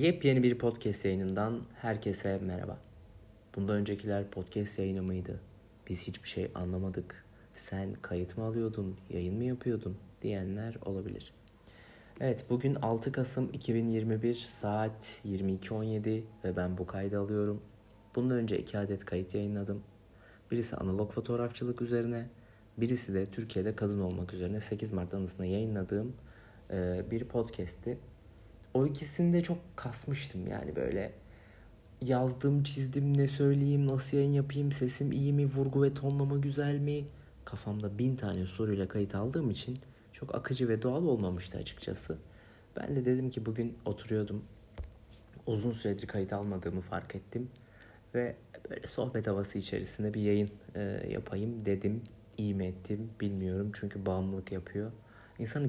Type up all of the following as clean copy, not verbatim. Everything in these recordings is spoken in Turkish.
Yepyeni bir podcast yayınından herkese merhaba. Bundan öncekiler podcast yayını mıydı? Biz hiçbir şey anlamadık. Sen kayıt mı alıyordun, yayın mı yapıyordun diyenler olabilir. Evet, bugün 6 Kasım 2021 saat 22.17 ve ben bu kaydı alıyorum. Bundan önce 2 adet kayıt yayınladım. Birisi analog fotoğrafçılık üzerine, birisi de Türkiye'de kadın olmak üzerine 8 Mart anısına yayınladığım bir podcast'ti. O ikisini de çok kasmıştım, yani böyle yazdım, çizdim, ne söyleyeyim, nasıl yayın yapayım, sesim iyi mi, vurgu ve tonlama güzel mi? Kafamda 1000 tane soruyla kayıt aldığım için çok akıcı ve doğal olmamıştı açıkçası. Ben de dedim ki bugün oturuyordum, uzun süredir kayıt almadığımı fark ettim ve böyle sohbet havası içerisinde bir yayın yapayım dedim. İyi mi ettim bilmiyorum, çünkü bağımlılık yapıyor. İnsanın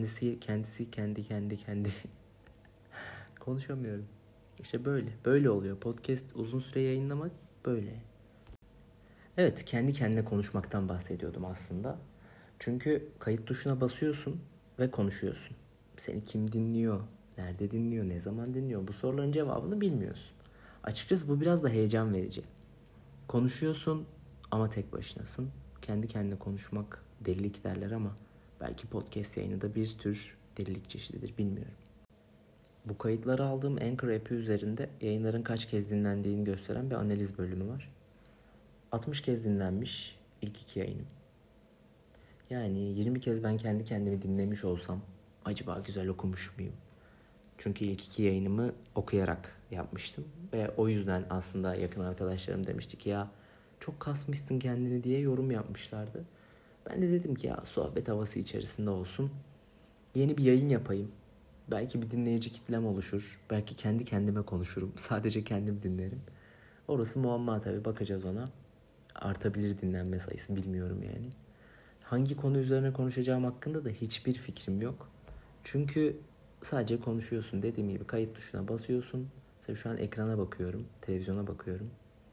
kendi konuşamıyorum. İşte böyle oluyor. Podcast uzun süre yayınlamak böyle. Evet, kendi kendine konuşmaktan bahsediyordum aslında. Çünkü kayıt tuşuna basıyorsun ve konuşuyorsun. Seni kim dinliyor, nerede dinliyor, ne zaman dinliyor, bu soruların cevabını bilmiyorsun. Açıkçası bu biraz da heyecan verici. Konuşuyorsun ama tek başınasın. Kendi kendine konuşmak delilik derler ama belki podcast yayını da bir tür delilik çeşididir, bilmiyorum. Bu kayıtları aldığım Anchor app'i üzerinde yayınların kaç kez dinlendiğini gösteren bir analiz bölümü var. 60 kez dinlenmiş ilk 2 yayınım. Yani 20 kez ben kendi kendimi dinlemiş olsam acaba güzel okumuş muyum? Çünkü ilk 2 yayınımı okuyarak yapmıştım. Ve o yüzden aslında yakın arkadaşlarım demişti ki ya çok kasmışsın kendini diye yorum yapmışlardı. Ben de dedim ki ya sohbet havası içerisinde olsun. Yeni bir yayın yapayım. Belki bir dinleyici kitlem oluşur. Belki kendi kendime konuşurum. Sadece kendim dinlerim. Orası muamma tabii, bakacağız ona. Artabilir dinlenme sayısı, bilmiyorum yani. Hangi konu üzerine konuşacağım hakkında da hiçbir fikrim yok. Çünkü sadece konuşuyorsun. Dediğim gibi kayıt tuşuna basıyorsun. Mesela şu an ekrana bakıyorum. Televizyona bakıyorum.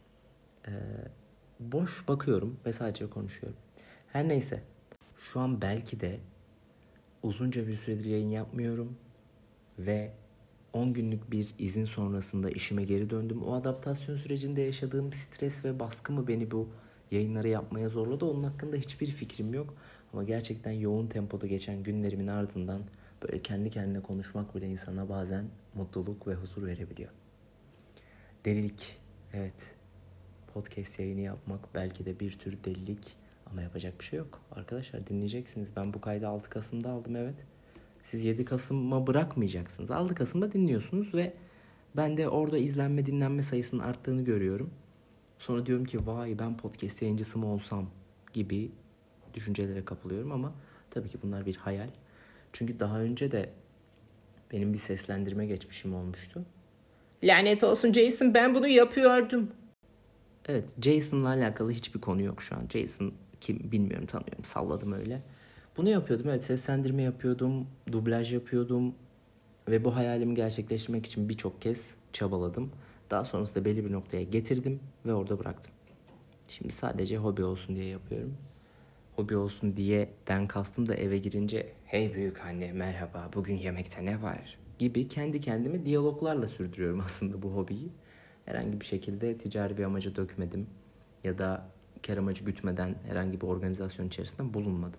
Boş bakıyorum ve sadece konuşuyorum. Her neyse. Şu an belki de uzunca bir süredir yayın yapmıyorum. Ve 10 günlük bir izin sonrasında işime geri döndüm. O adaptasyon sürecinde yaşadığım stres ve baskı mı beni bu yayınları yapmaya zorladı? Onun hakkında hiçbir fikrim yok. Ama gerçekten yoğun tempoda geçen günlerimin ardından böyle kendi kendine konuşmak bile insana bazen mutluluk ve huzur verebiliyor. Delilik. Evet. Podcast yayını yapmak belki de bir tür delilik. Ama yapacak bir şey yok. Arkadaşlar, dinleyeceksiniz. Ben bu kaydı 6 Kasım'da aldım, evet. Siz 7 Kasım'a bırakmayacaksınız. 6 Kasım'da dinliyorsunuz ve ben de orada izlenme dinlenme sayısının arttığını görüyorum. Sonra diyorum ki vay, ben podcast yayıncısı mı olsam gibi düşüncelere kapılıyorum ama tabii ki bunlar bir hayal. Çünkü daha önce de benim bir seslendirme geçmişim olmuştu. Lanet olsun Jason, ben bunu yapıyordum. Evet, Jason'la alakalı hiçbir konu yok şu an. Jason kim bilmiyorum, tanıyorum, salladım öyle. Bunu yapıyordum, evet, seslendirme yapıyordum, dublaj yapıyordum ve bu hayalimi gerçekleştirmek için birçok kez çabaladım. Daha sonrasında belli bir noktaya getirdim ve orada bıraktım. Şimdi sadece hobi olsun diye yapıyorum. Hobi olsun diyeden kastım da eve girince hey büyük anne merhaba, bugün yemekte ne var gibi kendi kendime diyaloglarla sürdürüyorum aslında bu hobiyi. Herhangi bir şekilde ticari bir amaca dökmedim ya da kar amacı gütmeden herhangi bir organizasyon içerisinde bulunmadım.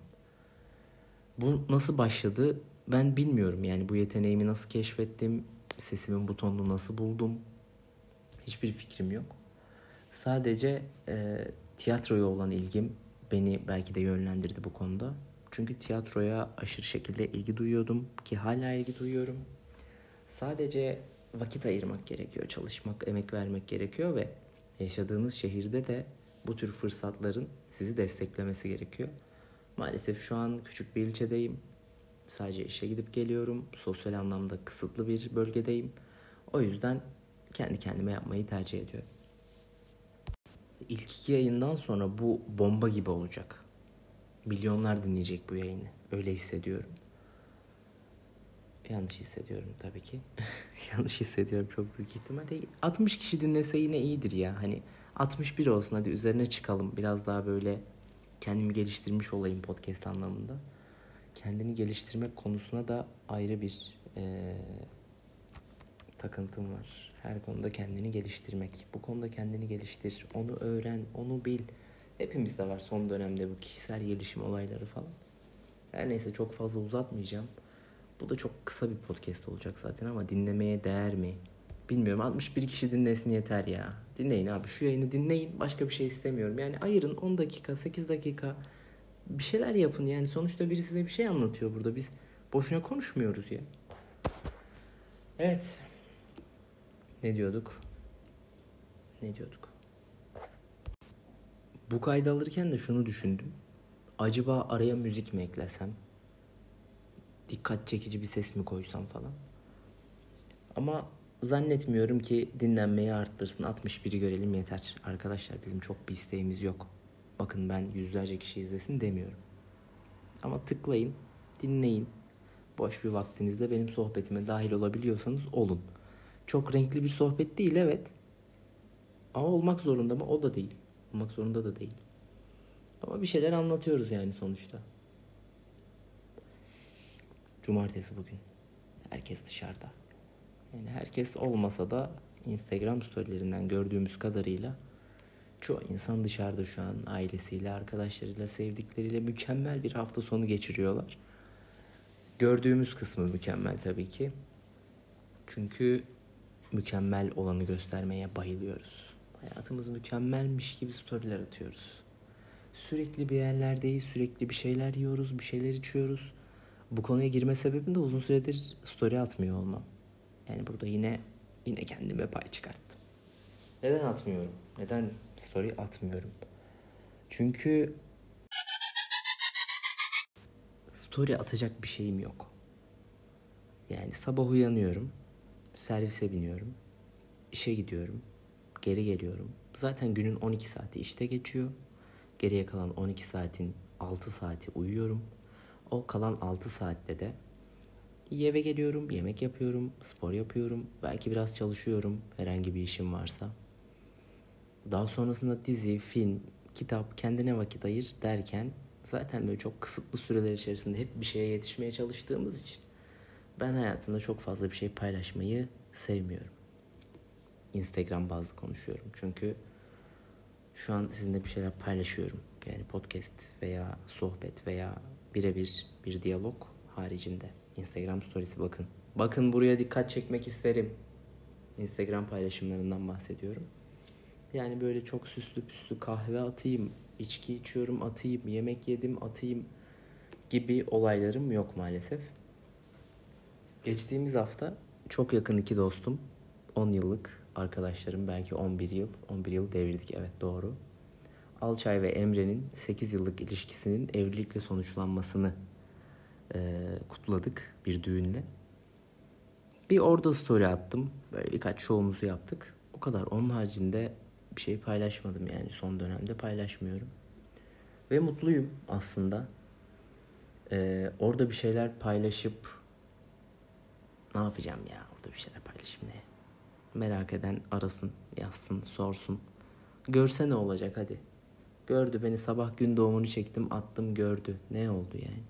Bu nasıl başladı ben bilmiyorum, yani bu yeteneğimi nasıl keşfettim, sesimin bu tonunu nasıl buldum, hiçbir fikrim yok. Sadece tiyatroya olan ilgim beni belki de yönlendirdi bu konuda. Çünkü tiyatroya aşırı şekilde ilgi duyuyordum ki hala ilgi duyuyorum. Sadece vakit ayırmak gerekiyor, çalışmak, emek vermek gerekiyor ve yaşadığınız şehirde de bu tür fırsatların sizi desteklemesi gerekiyor. Maalesef şu an küçük bir ilçedeyim. Sadece işe gidip geliyorum. Sosyal anlamda kısıtlı bir bölgedeyim. O yüzden kendi kendime yapmayı tercih ediyorum. İlk 2 yayından sonra bu bomba gibi olacak. Milyonlar dinleyecek bu yayını. Öyle hissediyorum. Yanlış hissediyorum tabii ki. Yanlış hissediyorum çok büyük ihtimalle. 60 kişi dinlese yine iyidir ya. Hani 61 olsun, hadi üzerine çıkalım. Biraz daha böyle kendimi geliştirmiş olayım podcast anlamında. Kendini geliştirmek konusuna da ayrı bir takıntım var. Her konuda kendini geliştirmek. Bu konuda kendini geliştir. Onu öğren, onu bil. Hepimizde var son dönemde bu kişisel gelişim olayları falan. Her neyse çok fazla uzatmayacağım. Bu da çok kısa bir podcast olacak zaten ama dinlemeye değer mi? Bilmiyorum. 61 kişi dinlesin yeter ya. Dinleyin abi. Şu yayını dinleyin. Başka bir şey istemiyorum. Yani ayırın 10 dakika, 8 dakika bir şeyler yapın. Yani sonuçta biri size bir şey anlatıyor burada. Biz boşuna konuşmuyoruz ya. Evet. Ne diyorduk? Bu kaydı alırken de şunu düşündüm. Acaba araya müzik mi eklesem? Dikkat çekici bir ses mi koysam falan? Ama zannetmiyorum ki dinlenmeyi arttırsın. 61'i görelim yeter. Arkadaşlar bizim çok bir isteğimiz yok. Bakın ben yüzlerce kişi izlesin demiyorum. Ama tıklayın, dinleyin. Boş bir vaktinizde benim sohbetime dahil olabiliyorsanız olun. Çok renkli bir sohbet değil evet. Ama olmak zorunda mı? O da değil. Olmak zorunda da değil. Ama bir şeyler anlatıyoruz yani sonuçta. Cumartesi bugün. Herkes dışarıda. Yani herkes olmasa da Instagram storylerinden gördüğümüz kadarıyla çoğu insan dışarıda şu an ailesiyle, arkadaşlarıyla, sevdikleriyle mükemmel bir hafta sonu geçiriyorlar. Gördüğümüz kısmı mükemmel tabii ki. Çünkü mükemmel olanı göstermeye bayılıyoruz. Hayatımız mükemmelmiş gibi storyler atıyoruz. Sürekli bir yerlerdeyiz, sürekli bir şeyler yiyoruz, bir şeyler içiyoruz. Bu konuya girme sebebim de uzun süredir story atmıyor olmam. Yani burada yine kendime pay çıkarttım. Neden atmıyorum? Neden story atmıyorum? Çünkü story atacak bir şeyim yok. Yani sabah uyanıyorum, servise biniyorum, işe gidiyorum, geri geliyorum. Zaten günün 12 saati işte geçiyor. Geriye kalan 12 saatin 6 saati uyuyorum. O kalan 6 saatte de eve geliyorum, yemek yapıyorum, spor yapıyorum, belki biraz çalışıyorum herhangi bir işim varsa. Daha sonrasında dizi, film, kitap, kendine vakit ayır derken zaten böyle çok kısıtlı süreler içerisinde hep bir şeye yetişmeye çalıştığımız için ben hayatımda çok fazla bir şey paylaşmayı sevmiyorum. Instagram bazlı konuşuyorum çünkü şu an sizinle bir şeyler paylaşıyorum. Yani podcast veya sohbet veya birebir bir diyalog haricinde. Instagram storiesi bakın. Bakın buraya dikkat çekmek isterim. Instagram paylaşımlarından bahsediyorum. Yani böyle çok süslü püslü kahve atayım, içki içiyorum atayım, yemek yedim atayım gibi olaylarım yok maalesef. Geçtiğimiz hafta çok yakın iki dostum, 10 yıllık arkadaşlarım, belki 11 yıl devirdik, evet doğru. Alçay ve Emre'nin 8 yıllık ilişkisinin evlilikle sonuçlanmasını kutladık bir düğünle. Bir orada story attım. Böyle birkaç şovumuzu yaptık. O kadar. Onun haricinde bir şey paylaşmadım yani son dönemde paylaşmıyorum. Ve mutluyum aslında. Orada bir şeyler paylaşıp ne yapacağım ya? Orada bir şeyler paylaşayım ne? Merak eden arasın, yazsın, sorsun. Görse ne olacak hadi. Gördü beni, sabah gün doğumunu çektim attım, gördü. Ne oldu yani?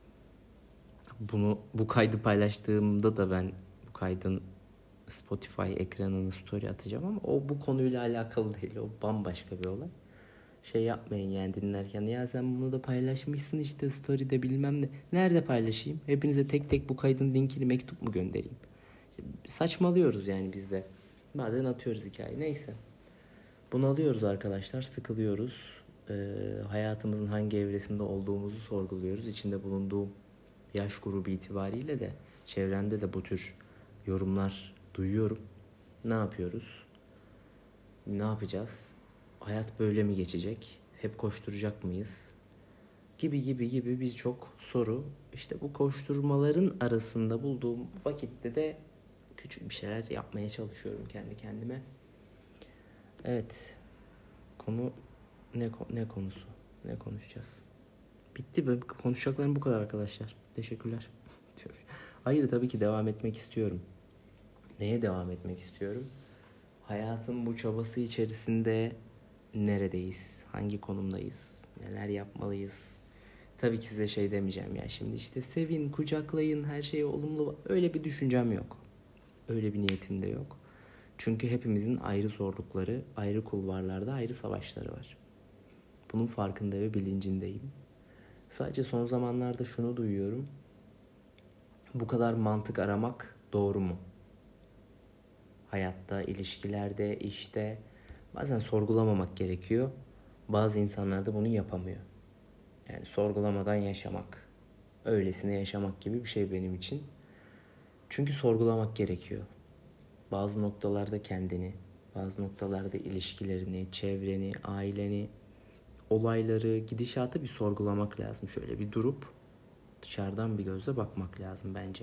Bu kaydı paylaştığımda da ben bu kaydın Spotify ekranını story atacağım ama o bu konuyla alakalı değil. O bambaşka bir olay. Şey yapmayın yani dinlerken. Ya sen bunu da paylaşmışsın işte story'de bilmem ne. Nerede paylaşayım? Hepinize tek tek bu kaydın linkini mektup mu göndereyim? Saçmalıyoruz yani biz de. Bazen atıyoruz hikayeyi. Neyse. Bunalıyoruz arkadaşlar. Sıkılıyoruz. Hayatımızın hangi evresinde olduğumuzu sorguluyoruz. İçinde bulunduğum yaş grubu itibariyle de çevremde de bu tür yorumlar duyuyorum. Ne yapıyoruz? Ne yapacağız? Hayat böyle mi geçecek? Hep koşturacak mıyız? Gibi birçok soru. İşte bu koşturmaların arasında bulduğum vakitte de küçük bir şeyler yapmaya çalışıyorum kendi kendime. Evet. Konu ne konusu? Ne konuşacağız? Bitti be. Konuşacaklarım bu kadar arkadaşlar. Teşekkürler. Hayır tabii ki devam etmek istiyorum. Neye devam etmek istiyorum? Hayatın bu çabası içerisinde neredeyiz? Hangi konumdayız? Neler yapmalıyız? Tabii ki size şey demeyeceğim ya şimdi işte sevin, kucaklayın, her şeye olumlu. Öyle bir düşüncem yok. Öyle bir niyetim de yok. Çünkü hepimizin ayrı zorlukları, ayrı kulvarlarda ayrı savaşları var. Bunun farkında ve bilincindeyim. Sadece son zamanlarda şunu duyuyorum. Bu kadar mantık aramak doğru mu? Hayatta, ilişkilerde, işte bazen sorgulamamak gerekiyor. Bazı insanlar da bunu yapamıyor. Yani sorgulamadan yaşamak, öylesine yaşamak gibi bir şey benim için. Çünkü sorgulamak gerekiyor. Bazı noktalarda kendini, bazı noktalarda ilişkilerini, çevreni, aileni, olayları, gidişatı bir sorgulamak lazım. Şöyle bir durup dışarıdan bir gözle bakmak lazım bence.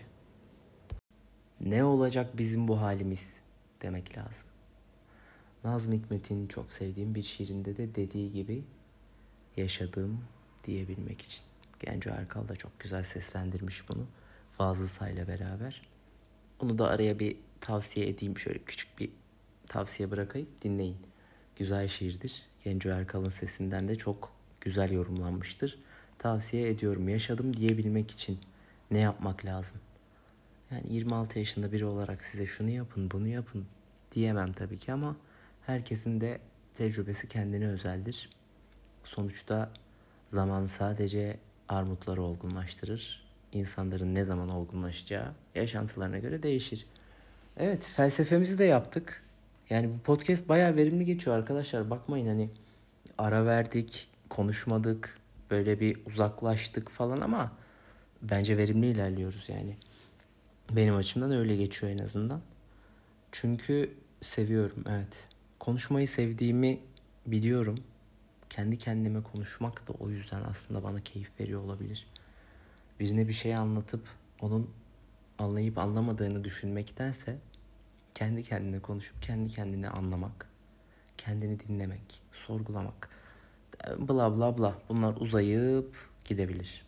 Ne olacak bizim bu halimiz demek lazım. Nazım Hikmet'in çok sevdiğim bir şiirinde de dediği gibi yaşadığım diyebilmek için. Genco Erkal da çok güzel seslendirmiş bunu Fazıl Say'la beraber. Onu da araya bir tavsiye edeyim. Şöyle küçük bir tavsiye bırakayım. Dinleyin. Güzel şiirdir. Genco Erkal'ın sesinden de çok güzel yorumlanmıştır. Tavsiye ediyorum. Yaşadım diyebilmek için ne yapmak lazım? Yani 26 yaşında biri olarak size şunu yapın, bunu yapın diyemem tabii ki ama herkesin de tecrübesi kendine özeldir. Sonuçta zaman sadece armutları olgunlaştırır. İnsanların ne zaman olgunlaşacağı yaşantılarına göre değişir. Evet, felsefemizi de yaptık. Yani bu podcast bayağı verimli geçiyor arkadaşlar. Bakmayın hani ara verdik, konuşmadık, böyle bir uzaklaştık falan ama bence verimli ilerliyoruz yani. Benim açımdan öyle geçiyor en azından. Çünkü seviyorum, evet. Konuşmayı sevdiğimi biliyorum. Kendi kendime konuşmak da o yüzden aslında bana keyif veriyor olabilir. Birine bir şey anlatıp onun anlayıp anlamadığını düşünmektense kendi kendine konuşup kendi kendine anlamak, kendini dinlemek, sorgulamak, bla bla bla bunlar uzayıp gidebilir.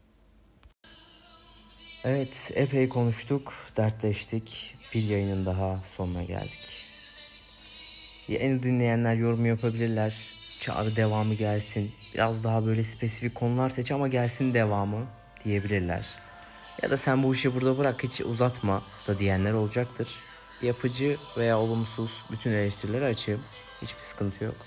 Evet, epey konuştuk, dertleştik. Bir yayının daha sonuna geldik. Yeni dinleyenler yorum yapabilirler. Çağrı devamı gelsin. Biraz daha böyle spesifik konular seç ama gelsin devamı diyebilirler. Ya da sen bu işi burada bırak hiç uzatma da diyenler olacaktır. Yapıcı veya olumsuz bütün eleştirilere açığım. Hiçbir sıkıntı yok.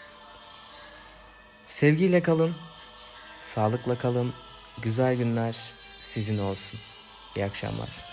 Sevgiyle kalın. Sağlıkla kalın. Güzel günler sizin olsun. İyi akşamlar.